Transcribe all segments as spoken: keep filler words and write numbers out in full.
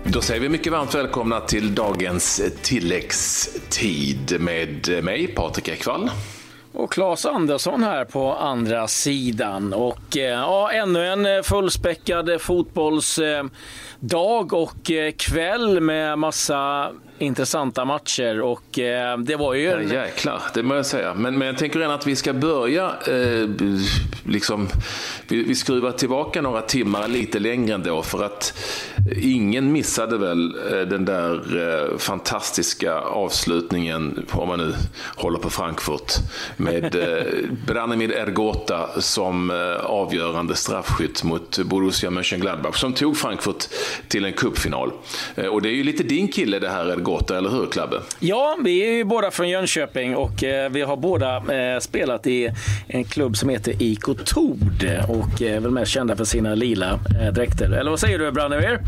Då säger vi mycket varmt välkomna till dagens tilläggstid med mig, Patrik Ekvall. Och Claes Andersson här på andra sidan. Och ja, ännu en fullspäckad fotbollsdag och kväll med massa intressanta matcher. Och det var ju... Ja, jäklar, det må jag säga. Men, men jag tänker redan att vi ska börja eh, liksom... Vi, vi skruvar tillbaka några timmar lite längre ändå, för att ingen missade väl den där eh, fantastiska avslutningen, om man nu håller på Frankfurt, med eh, Branimir Ergota som eh, avgörande straffskytt mot Borussia Mönchengladbach, som tog Frankfurt till en cupfinal. Eh, och det är ju lite din kille det här, Ergota, eller hur, Klabbe? Ja, vi är ju båda från Jönköping och eh, vi har båda eh, spelat i en klubb som heter I K Tord och är väl mest kända för sina lila eh, dräkter. Eller vad säger du, Branimir?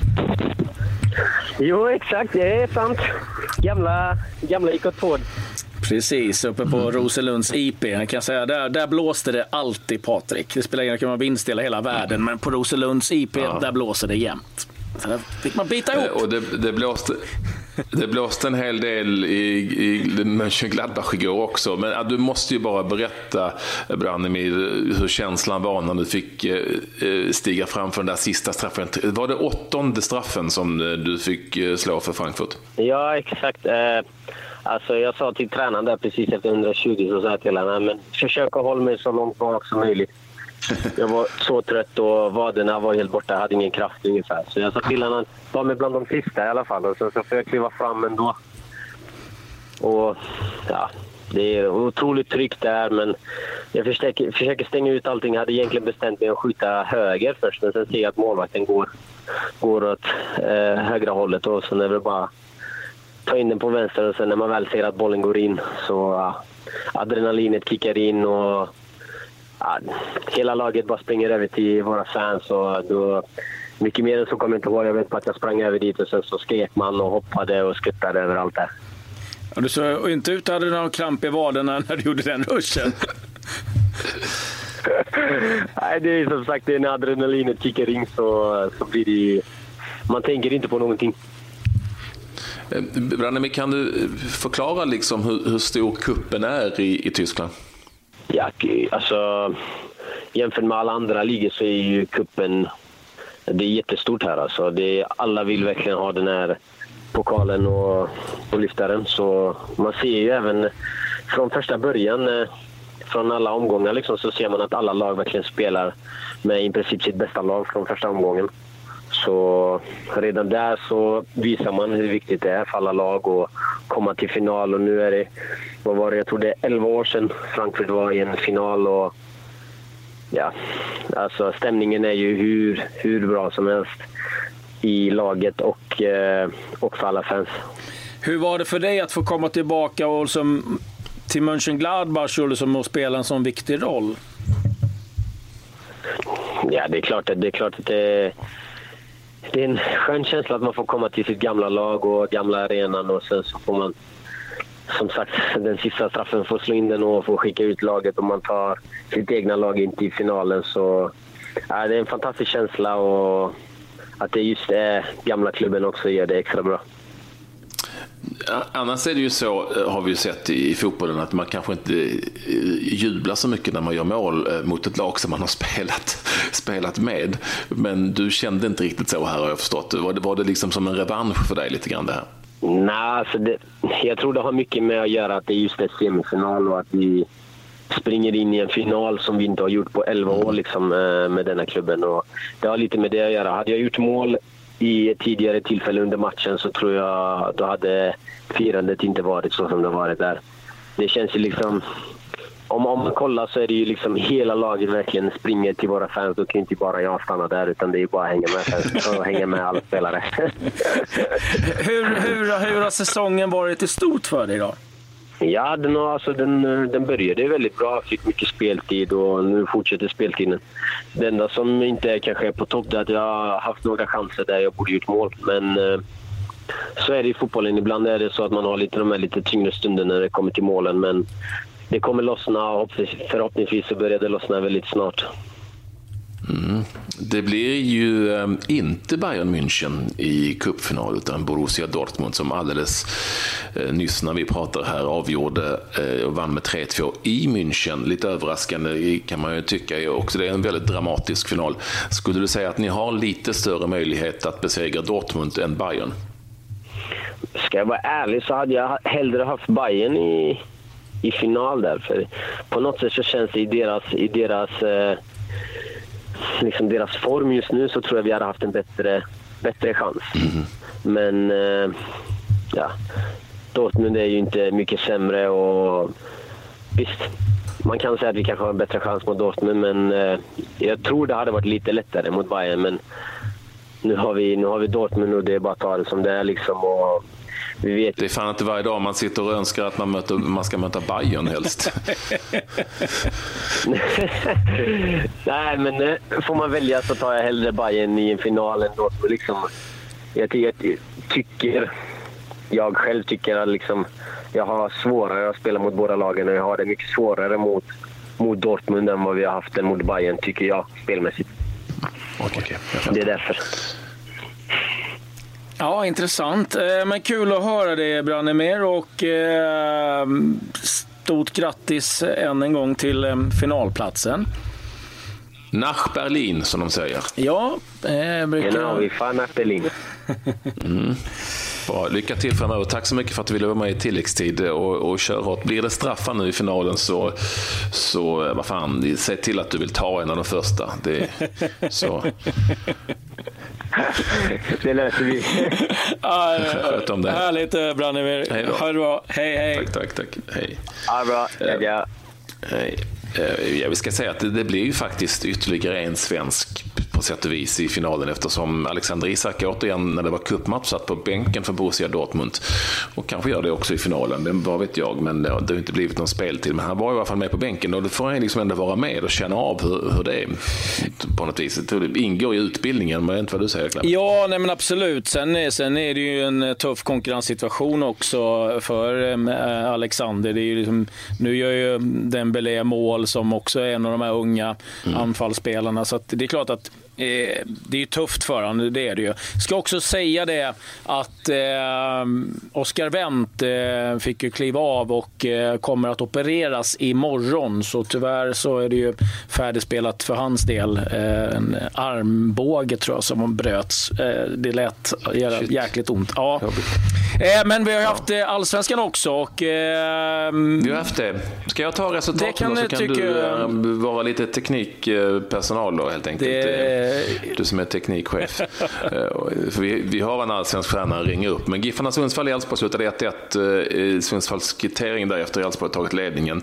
Jo, exakt, det är sant. Gamla, gamla I K Tord. Precis, uppe på Roselunds I P. Jag kan säga, där, där blåste det alltid, Patrik. Det spelar ingen roll om man vinstela hela världen, men på Roselunds I P, ja, där blåser det jämt. Så där fick man bita ihop. Och det, det blåste... Det blåste en hel del i, i Mönchengladbach igår också. Men ja, du måste ju bara berätta, Branimir, hur känslan var när du fick eh, stiga fram för den där sista straffen. Var det åttonde straffen som du fick eh, slå för Frankfurt? Ja, exakt. Eh, alltså jag sa till tränaren där precis efter hundratjugo, så sa jag till honom, men försök att hålla mig så långt bak som möjligt. Jag var så trött och vaderna var helt borta. Jag hade ingen kraft ungefär. Så jag sa till honom att ta mig bland de sista i alla fall. Och så, så får jag kliva fram ändå. Och ja, det är otroligt tryggt där. Men jag försöker, försöker stänga ut allting. Jag hade egentligen bestämt mig att skjuta höger först. Men sen ser jag att målvakten går, går åt eh, högra hållet. Och sen är det bara ta in den på vänster. Och sen när man väl ser att bollen går in så ja, adrenalinet kickar in och... Ja, hela laget bara springer över till våra fans och då, mycket mer än så kommer jag inte ihåg. Jag vet på att jag sprang över dit och sen så skrek man och hoppade och skuttade överallt där. Ja, du såg inte ut, hade du någon kramp i vaderna när du gjorde den ruschen? Nej, det är som sagt, det är när adrenalinet kickar in så, så blir det, man tänker inte på någonting. Branimir, kan du förklara liksom hur, hur stor kuppen är i, i Tyskland? Ja, alltså jämfört med alla andra ligor så är ju kuppen, det är jättestort här alltså. Det är, alla vill verkligen ha den här pokalen och, och lyfta den. Så man ser ju även från första början, från alla omgångar liksom, så ser man att alla lag verkligen spelar med i princip sitt bästa lag från första omgången. Så redan där så visar man hur viktigt det är för alla lag att komma till final. Och nu är det, vad var det, jag tror det är elva år sedan Frankfurt var i en final. Och ja, alltså stämningen är ju hur, hur bra som helst i laget och, och för alla fans. Hur var det för dig att få komma tillbaka och som, till Mönchengladbach och som att spela en sån viktig roll? Ja, det är klart att det är klart att det Det är en skön känsla att man får komma till sitt gamla lag och gamla arenan och sen så får man, som sagt, den sista straffen får slå in den och få skicka ut laget och man tar sitt egna lag in till finalen. Så ja, det är en fantastisk känsla och att det just är gamla klubben också gör det extra bra. Annars är det ju så, har vi ju sett i fotbollen, att man kanske inte jublar så mycket när man gör mål mot ett lag som man har spelat, spelat med. Men du kände inte riktigt så här, har jag förstått. Var det, var det liksom som en revansch för dig lite grann det här? Nej, alltså det, jag tror det har mycket med att göra att det är just ett semifinal och att vi springer in i en final som vi inte har gjort på elva år liksom, med denna klubben. Och det har lite med det att göra. Hade jag gjort mål i ett tidigare tillfälle under matchen så tror jag då hade firandet inte varit så som det varit där. Det känns ju liksom, om, om man kollar så är det ju liksom hela laget verkligen springer till våra fans. Då kan inte bara jag stanna där utan det är ju bara att hänga med och hänga med alla spelare. hur, hur, hur har säsongen varit i stort för dig då? Ja, den, alltså, den, den började väldigt bra. Fick mycket speltid och nu fortsätter speltiden. Det enda som inte är kanske på topp är att jag har haft några chanser där jag borde gjort mål. Men eh, så är det i fotbollen. Ibland är det så att man har lite de här lite tyngre stunderna när det kommer till målen. Men det kommer lossna och förhoppningsvis så börjar det lossna väldigt snart. Mm. Det blir ju eh, inte Bayern München i cupfinal utan Borussia Dortmund som alldeles eh, nyss när vi pratar här avgjorde eh, och vann med tre två i München. Lite överraskande kan man ju tycka också. Det är en väldigt dramatisk final. Skulle du säga att ni har lite större möjlighet att besegra Dortmund än Bayern? Ska jag vara ärlig så hade jag hellre haft Bayern i, i final där. För på något sätt så känns det i deras, i deras, eh, liksom deras form just nu så tror jag vi hade haft en bättre, bättre chans. Mm. Men eh, ja, Dortmund är ju inte mycket sämre och visst, man kan säga att vi kanske har en bättre chans mot Dortmund, men eh, jag tror det hade varit lite lättare mot Bayern. Men nu har vi, nu har vi Dortmund och det är bara att ta det som det är liksom. Och vi vet. Det är fan inte varje dag man sitter och önskar att man, möter, man ska möta Bayern helst. Nej, men får man välja så tar jag hellre Bayern i en final än Dortmund. Liksom. Jag, jag tycker, jag själv tycker att liksom, jag har svårare att spela mot båda lagen och jag har det mycket svårare mot, mot Dortmund än vad vi har haft den mot Bayern, tycker jag, spelmässigt. Okay, det är därför. Ja, intressant. Men kul att höra det, Branimir, och eh, stort grattis än en gång till eh, finalplatsen. Nach Berlin, som de säger. Ja, eh, brukar... Genau, vi fan nach Berlin. Mm. Bra, lycka till framöver. Tack så mycket för att du ville vara med i tilläggstid och, och köra hårt. Blir det straffar nu i finalen så, så vad fan, säg till att du vill ta en av de första. Det, så. Det löser vi. Ja, sköt om det. Härligt, Branimir. Ha det bra. Hej, hej. Tack, tack, tack. Hej. Ja, bra. Ja, ja. Hej. Ja, vi ska säga att det, det blir ju faktiskt ytterligare en svensk på sätt och vis i finalen, eftersom Alexander Isak återigen när det var cupmatch satt på bänken för Borussia Dortmund och kanske gör det också i finalen, det vad vet jag, men det har inte blivit någon spel till, men han var i alla fall med på bänken och då får han liksom ändå vara med och känna av hur, hur det är på något vis. Det ingår i utbildningen, men inte vad du säger, Clem. Ja, nej men absolut. Sen, sen är det ju en tuff konkurrenssituation också för eh, Alexander. Det är ju liksom, nu gör ju Dembélé mål som också är en av de här unga mm. anfallsspelarna, så att det är klart att Eh, det är ju tufft för honom, det är det ju. Ska också säga det att eh, Oscar Wendt eh, fick ju kliva av och eh, kommer att opereras imorgon, så tyvärr så är det ju färdigspelat för hans del. Eh, en armbåge tror jag som bröts. Eh, det lät jä- jäkligt ont. Ja. Eh, men vi har haft ja. Allsvenskan också och eh, vi har haft det. Ska jag ta resultaten kan så kan tycka... du eh, vara lite teknikpersonal då helt enkelt. Det... Du som är teknikchef. För vi, vi har en allsvensk stjärna att ringa upp. Men Giffarna Sundsvall i Elfsborg slutade ett ett. Sundsvalls kvittering därefter i Elfsborg tagit ledningen.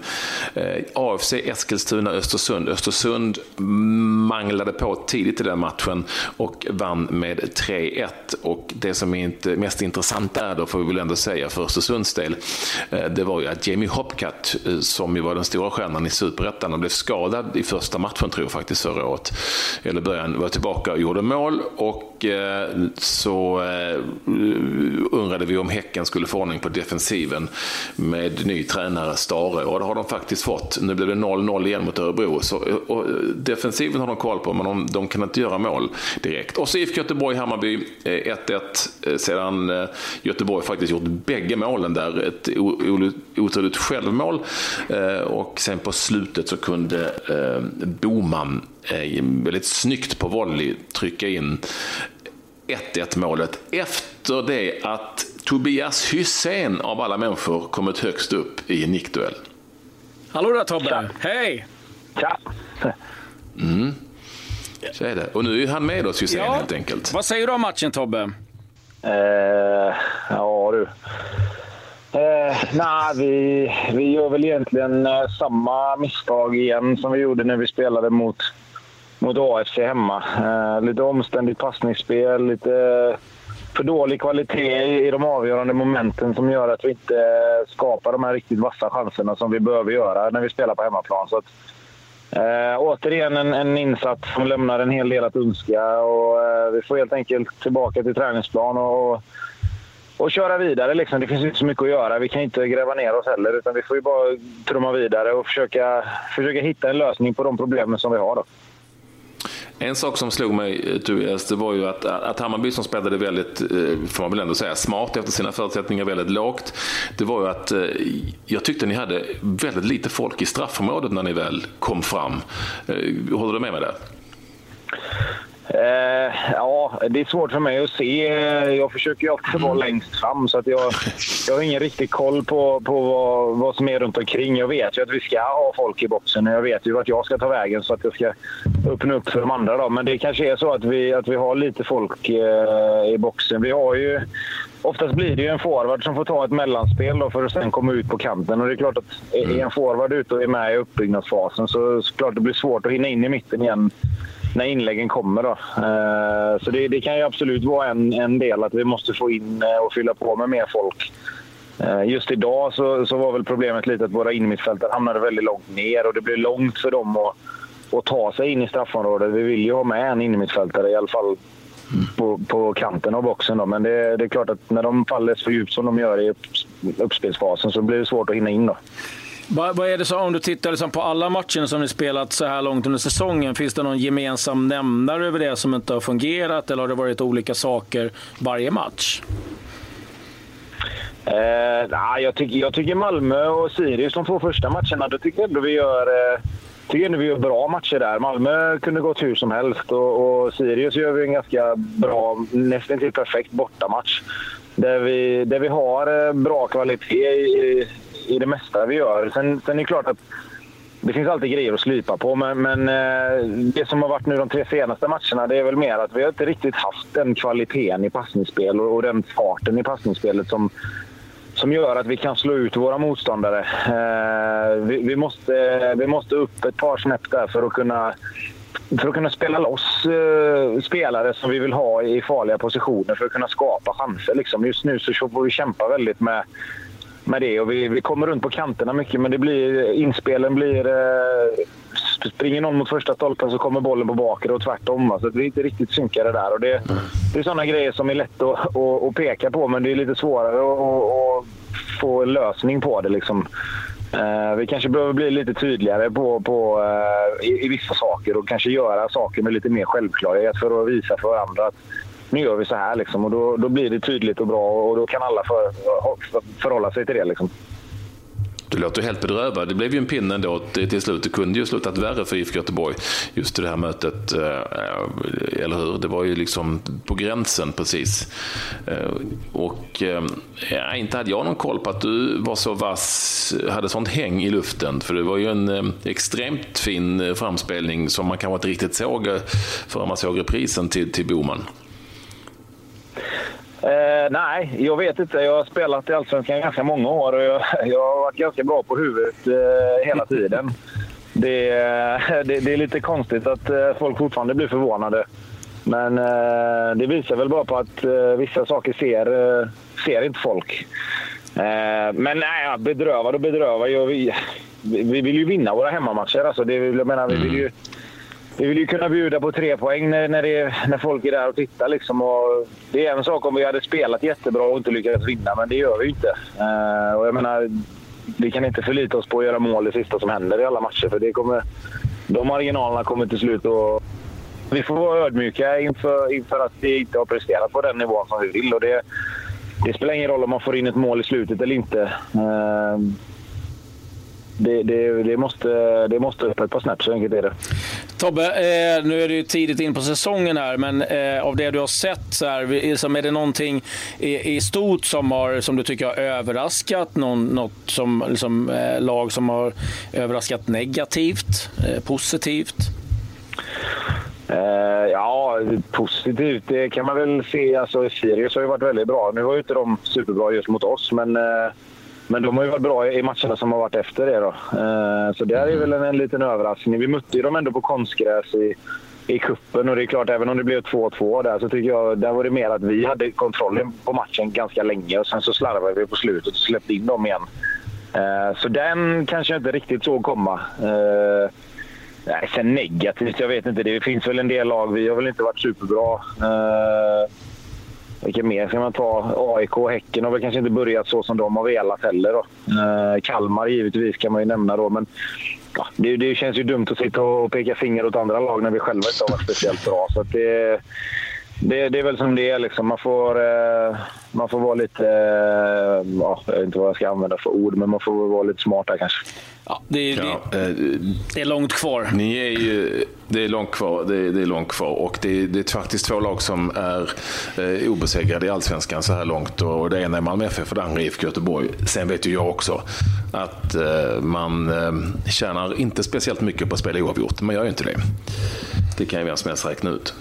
A F C Eskilstuna Östersund. Östersund manglade på tidigt i den matchen och vann med tre ett. Och det som är inte mest intressant är då, får vi väl ändå säga för Östersunds del, det var ju att Jamie Hopcat, som ju var den stora stjärnan i Superettan, och blev skadad i första matchen tror jag faktiskt förra året. Eller början var tillbaka och gjorde mål, och eh, så eh, undrade vi om Häcken skulle få ordning på defensiven med ny tränare Stare, och det har de faktiskt fått. Nu blev det noll noll igen mot Örebro, så och, defensiven har de koll på, men de, de kan inte göra mål direkt. Och så I F K Göteborg-Hammarby eh, ett ett, eh, sedan eh, Göteborg faktiskt gjort bägge målen där, ett otroligt självmål, eh, och sen på slutet så kunde eh, Boman eh, väldigt snyggt på volley trycka in ett ett målet efter det att Tobias Hysén av alla människor kommit högst upp i en nickduell. Hallå där Tobbe, ja. Hej! Ja. Mm. Så är det. Och nu är han med oss Hysén ja. helt enkelt. Vad säger du om matchen, Tobbe? Eh, ja du. Eh, nej, vi, vi gör väl egentligen eh, samma misstag igen som vi gjorde när vi spelade mot, mot A F C hemma. Eh, lite omständigt passningsspel, lite för dålig kvalitet i, i de avgörande momenten som gör att vi inte skapar de här riktigt vassa chanserna som vi behöver göra när vi spelar på hemmaplan. Så att, eh, återigen en, en insats som lämnar en hel del att önska, och eh, vi får helt enkelt tillbaka till träningsplan och Och köra vidare. Liksom. Det finns inte så mycket att göra. Vi kan inte gräva ner oss heller. Utan vi får ju bara trumma vidare och försöka, försöka hitta en lösning på de problemen som vi har. Då. En sak som slog mig, Tobias, det var ju att, att Hammarby som spelade väldigt, får man väl ändå säga, smart efter sina förutsättningar, väldigt lågt. Det var ju att jag tyckte ni hade väldigt lite folk i straffområdet när ni väl kom fram. Håller du med med det? Eh, ja, det är svårt för mig att se. Jag försöker ju alltid vara längst fram, så att jag, jag har ingen riktig koll på, på vad, vad som är runt omkring. Jag vet ju att vi ska ha folk i boxen och jag vet ju att jag ska ta vägen så att jag ska öppna upp för de andra. Då. Men det kanske är så att vi, att vi har lite folk eh, i boxen. Vi har ju, oftast blir det ju en forward som får ta ett mellanspel då för att sen komma ut på kanten. Och det är klart att är en forward ute och är med i uppbyggnadsfasen så, så klart det blir svårt att hinna in i mitten igen när inläggen kommer. Då. Så det, det kan ju absolut vara en, en del att vi måste få in och fylla på med mer folk. Just idag så, så var väl problemet lite att våra innermittfältare hamnade väldigt långt ner och det blir långt för dem att, att ta sig in i straffområdet. Vi vill ju ha med en innermittfältare i alla fall på, på kanten av boxen. Då. Men det, det är klart att när de faller så djupt som de gör i upp, uppspelsfasen så blir det svårt att hinna in då. Vad, vad är det så, om du tittar liksom på alla matcher som ni spelat så här långt under säsongen, finns det någon gemensam nämnare över det som inte har fungerat eller har det varit olika saker varje match? Eh, nah, jag, tycker, jag tycker Malmö och Sirius de två första matcherna, då tycker jag ändå vi gör, eh, tycker ändå vi gör bra matcher där. Malmö kunde gått hur som helst och, och Sirius gör vi en ganska bra, nästan till perfekt bortamatch. Där vi, där vi har eh, bra kvalitet i, i det mesta vi gör. Sen, sen är det klart att det finns alltid grejer att slipa på, men, men eh, det som har varit nu de tre senaste matcherna, det är väl mer att vi har inte riktigt haft den kvaliteten i passningsspel och, och den farten i passningsspelet som, som gör att vi kan slå ut våra motståndare. Eh, vi, vi, måste, vi måste upp ett par snäpp där för att kunna, för att kunna spela loss eh, spelare som vi vill ha i farliga positioner för att kunna skapa chanser. Liksom. Just nu så får vi kämpa väldigt med med det och vi, vi kommer runt på kanterna mycket, men det blir, inspelen blir eh, springer någon mot första stolpen så kommer bollen på bakre och tvärtom, så det är inte riktigt synkade där och det, det är sådana grejer som är lätt att, att, att peka på, men det är lite svårare att, att få en lösning på det liksom. eh, vi kanske behöver bli lite tydligare på, på eh, i, i vissa saker och kanske göra saker med lite mer självklarhet för att visa för varandra att nu gör vi så här liksom, och då, då blir det tydligt och bra och då kan alla för, för, förhålla sig till det liksom. Du låter helt bedrövad. Det blev ju en pinne ändå till slut. Det kunde ju slutat värre för I F K Göteborg just i det här mötet, eller hur? Det var ju liksom på gränsen precis. Och ja, inte hade jag någon koll på att du var så vass, hade sånt häng i luften, för det var ju en extremt fin framspelning som man kanske inte riktigt såg förrän man såg reprisen till, till Boman. Eh, nej, jag vet inte. Jag har spelat i Allsvenskan ganska många år och jag, jag har varit ganska bra på huvudet eh, hela tiden. Det, det, det är lite konstigt att eh, folk fortfarande blir förvånade. Men eh, det visar väl bara på att eh, vissa saker ser, eh, ser inte folk. Eh, men nej, bedrövad och bedrövad. Jag, vi, vi vill ju vinna våra hemmamatcher. Alltså det, jag menar, vi vill ju Vi vill ju kunna bjuda på tre poäng när, när, det, när folk är där och tittar. Liksom. Och det är en sak om vi hade spelat jättebra och inte lyckats vinna, men det gör vi inte. Uh, och jag menar, vi kan inte förlita oss på att göra mål det sista som händer i alla matcher. För det kommer, de marginalerna kommer till slut. Och vi får vara ödmjuka inför, inför att vi inte har presterat på den nivån som vi vill. Och det, det spelar ingen roll om man får in ett mål i slutet eller inte. Uh, Det, det, det, måste, det måste upp ett par snabbt, så enkelt är det. Tobbe, eh, nu är det ju tidigt in på säsongen här, men eh, av det du har sett så här, som är det någonting i, i stort som, har, som du tycker har överraskat? Någon, något som, liksom, eh, lag som har överraskat negativt, eh, positivt? Eh, ja, positivt, det kan man väl se. Alltså, Sirius har ju varit väldigt bra. Nu var ju inte de superbra just mot oss, men... Eh, Men de har ju varit bra i matcherna som har varit efter det. Då. Så det är väl en, en liten överraskning. Vi mötte ju dem ändå på konstgräs i, i kuppen. Och det är klart, även om det blev två två där så tycker jag där var det mer att vi hade kontrollen på matchen ganska länge. Och sen så slarvade vi på slutet och släppte in dem igen. Så den kanske jag inte riktigt såg komma. Nej, sen negativt, jag vet inte. Det finns väl en del lag. Vi har väl inte varit superbra. Vilka mer ska man ta? A I K och Häcken har väl kanske inte börjat så som de har velat heller. Då. Eh, Kalmar givetvis kan man ju nämna då. Men ja, det, det känns ju dumt att sitta och peka finger åt andra lag när vi själva inte har varit speciellt bra. Så att det, det, det är väl som det är. Liksom. Man, får, eh, man får vara lite... Eh, ja, jag vet inte vad jag ska använda för ord, men man får vara lite smartare kanske. Ja, det, det, ja, det är långt kvar. Ni är ju, det är långt kvar, det är, det är långt kvar och det, det är faktiskt två lag som är eh, obesegrade i Allsvenskan så här långt och det ena är Malmö F F och det andra I F K Göteborg. Sen vet ju jag också att eh, man eh, tjänar inte speciellt mycket på att spela oavgjort, men jag gör ju inte det. Det kan ju vem som helst räkna ut.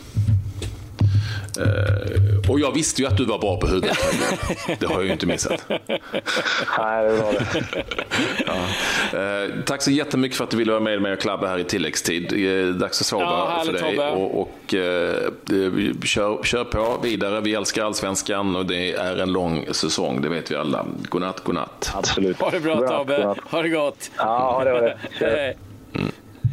Uh, och jag visste ju att du var bra på huvudet. Det har jag ju inte missat. Nej, det var det. Ja. Uh, tack så jättemycket för att du ville vara med mig och klabba här i tilläggstid. Uh, dags att sova ja, för dig. Och, och uh, kör, kör på vidare. Vi älskar Allsvenskan och det är en lång säsong. Det vet vi alla. Godnatt, godnatt. Absolut. Ha det bra, Tobbe. Ha det gott. Ja, det var det. Hej. Mm.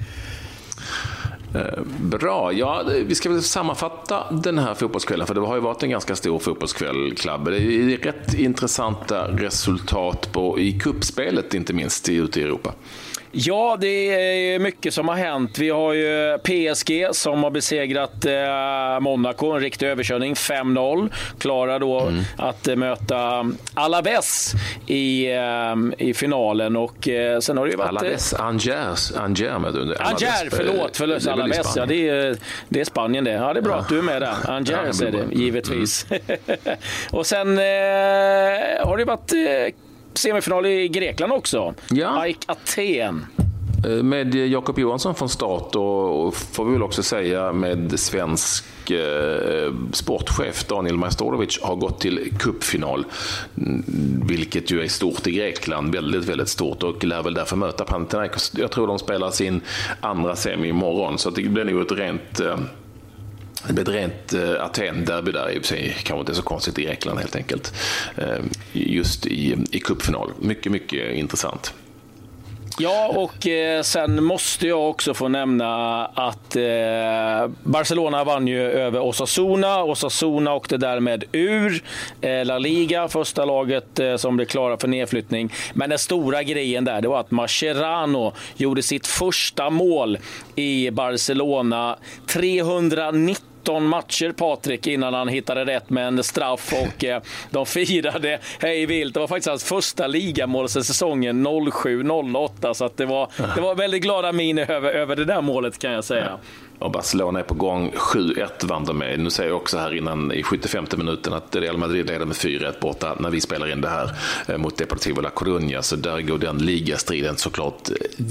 Bra, ja, vi ska väl sammanfatta den här fotbollskvällen för det har ju varit en ganska stor fotbollskväll, Klabb. Det är rätt intressanta resultat på, i kuppspelet inte minst ute i Europa. Ja, det är mycket som har hänt. Vi har ju P S G som har besegrat eh, Monaco, en riktig överkörning, fem noll. Klarar då mm. att eh, möta Alaves i, eh, i finalen. Och eh, sen har det ju varit... Alaves, Angers, Angers med under. Angers, förlåt, förlåt det Alaves. Ja, det, är, det är Spanien det. Ja, det är bra ja. att du är med där. Angers ja, är det, givetvis. Mm. Och sen eh, har det varit... Eh, semifinal i Grekland också. Ja. A I K Aten. Med Jakob Johansson från start och får vi väl också säga med svensk eh, sportchef Daniel Majstorovic har gått till cupfinal, vilket ju är stort i Grekland, väldigt väldigt stort och lär väl därför möta Panathinaikos. Jag tror de spelar sin andra semi imorgon så att det blir nog ett rent eh, Det blir ett rent uh, Aten-derby där i sig, kanske inte så konstigt i Grekland helt enkelt. Uh, just i, i cupfinal. Mycket, mycket intressant. Ja, och eh, sen måste jag också få nämna att eh, Barcelona vann ju över Osasuna. Osasuna åkte därmed ur eh, La Liga, första laget eh, som blev klara för nedflyttning. Men den stora grejen där, det var att Mascherano gjorde sitt första mål i Barcelona. trehundranitton matcher, Patrik, innan han hittade rätt med en straff och eh, de firade hej vilt. Det var faktiskt hans första ligamål sen säsongen noll sju noll åtta, så att det var, det var väldigt glada miner över, över det där målet, kan jag säga. Och Barcelona är på gång, sju ett vann de med. Nu säger jag också här innan i sjuttiofemte minuten att Real Madrid leder med fyra ett borta när vi spelar in det här mot Deportivo La Coruña. Så där går den ligastriden såklart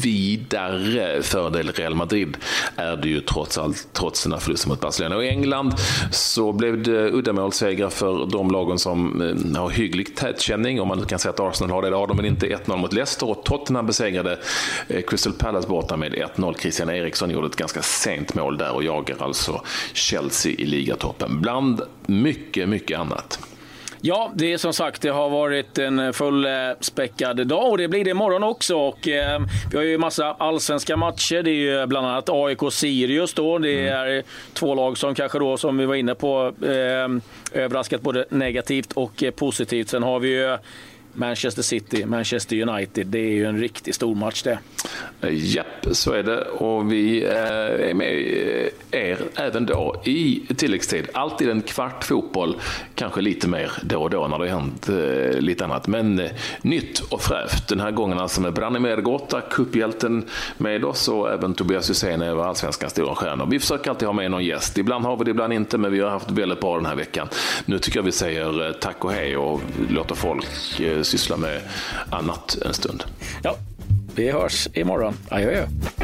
vidare. Fördel Real Madrid är det ju trots allt, trots sina förluster mot Barcelona. Och i England så blev det uddamålssegrar för de lagen som har hygglig tätkänning. Om man kan säga att Arsenal har det, det har de, men inte ett noll mot Leicester. Och Tottenham besegrade Crystal Palace borta med ett noll. Christian Eriksson gjorde ett ganska sent mål där och jagar alltså Chelsea i ligatoppen bland mycket, mycket annat. Ja, det är som sagt, det har varit en fullspäckad dag och det blir det imorgon också. Och, eh, vi har ju massa allsvenska matcher. Det är ju bland annat A I K-Sirius då. Det är mm. två lag som kanske då, som vi var inne på, eh, överraskat både negativt och eh, positivt. Sen har vi ju Manchester City, Manchester United. Det är ju en riktigt stor match det. Japp, så är det. Och vi är med er även då i tilläggstid. Alltid en kvart fotboll, kanske lite mer då och då när det har hänt eh, lite annat. Men eh, nytt och fräscht. Den här gången alltså med Branimir Gota, kupphjälten med oss, och även Tobias Hysén över allsvenskans stora stjärnor. Vi försöker alltid ha med någon gäst. Ibland har vi det, ibland inte, men vi har haft väldigt bra den här veckan. Nu tycker jag vi säger eh, tack och hej och låter folk eh, syssla med annat en stund. Ja, vi hörs imorgon. Adjö.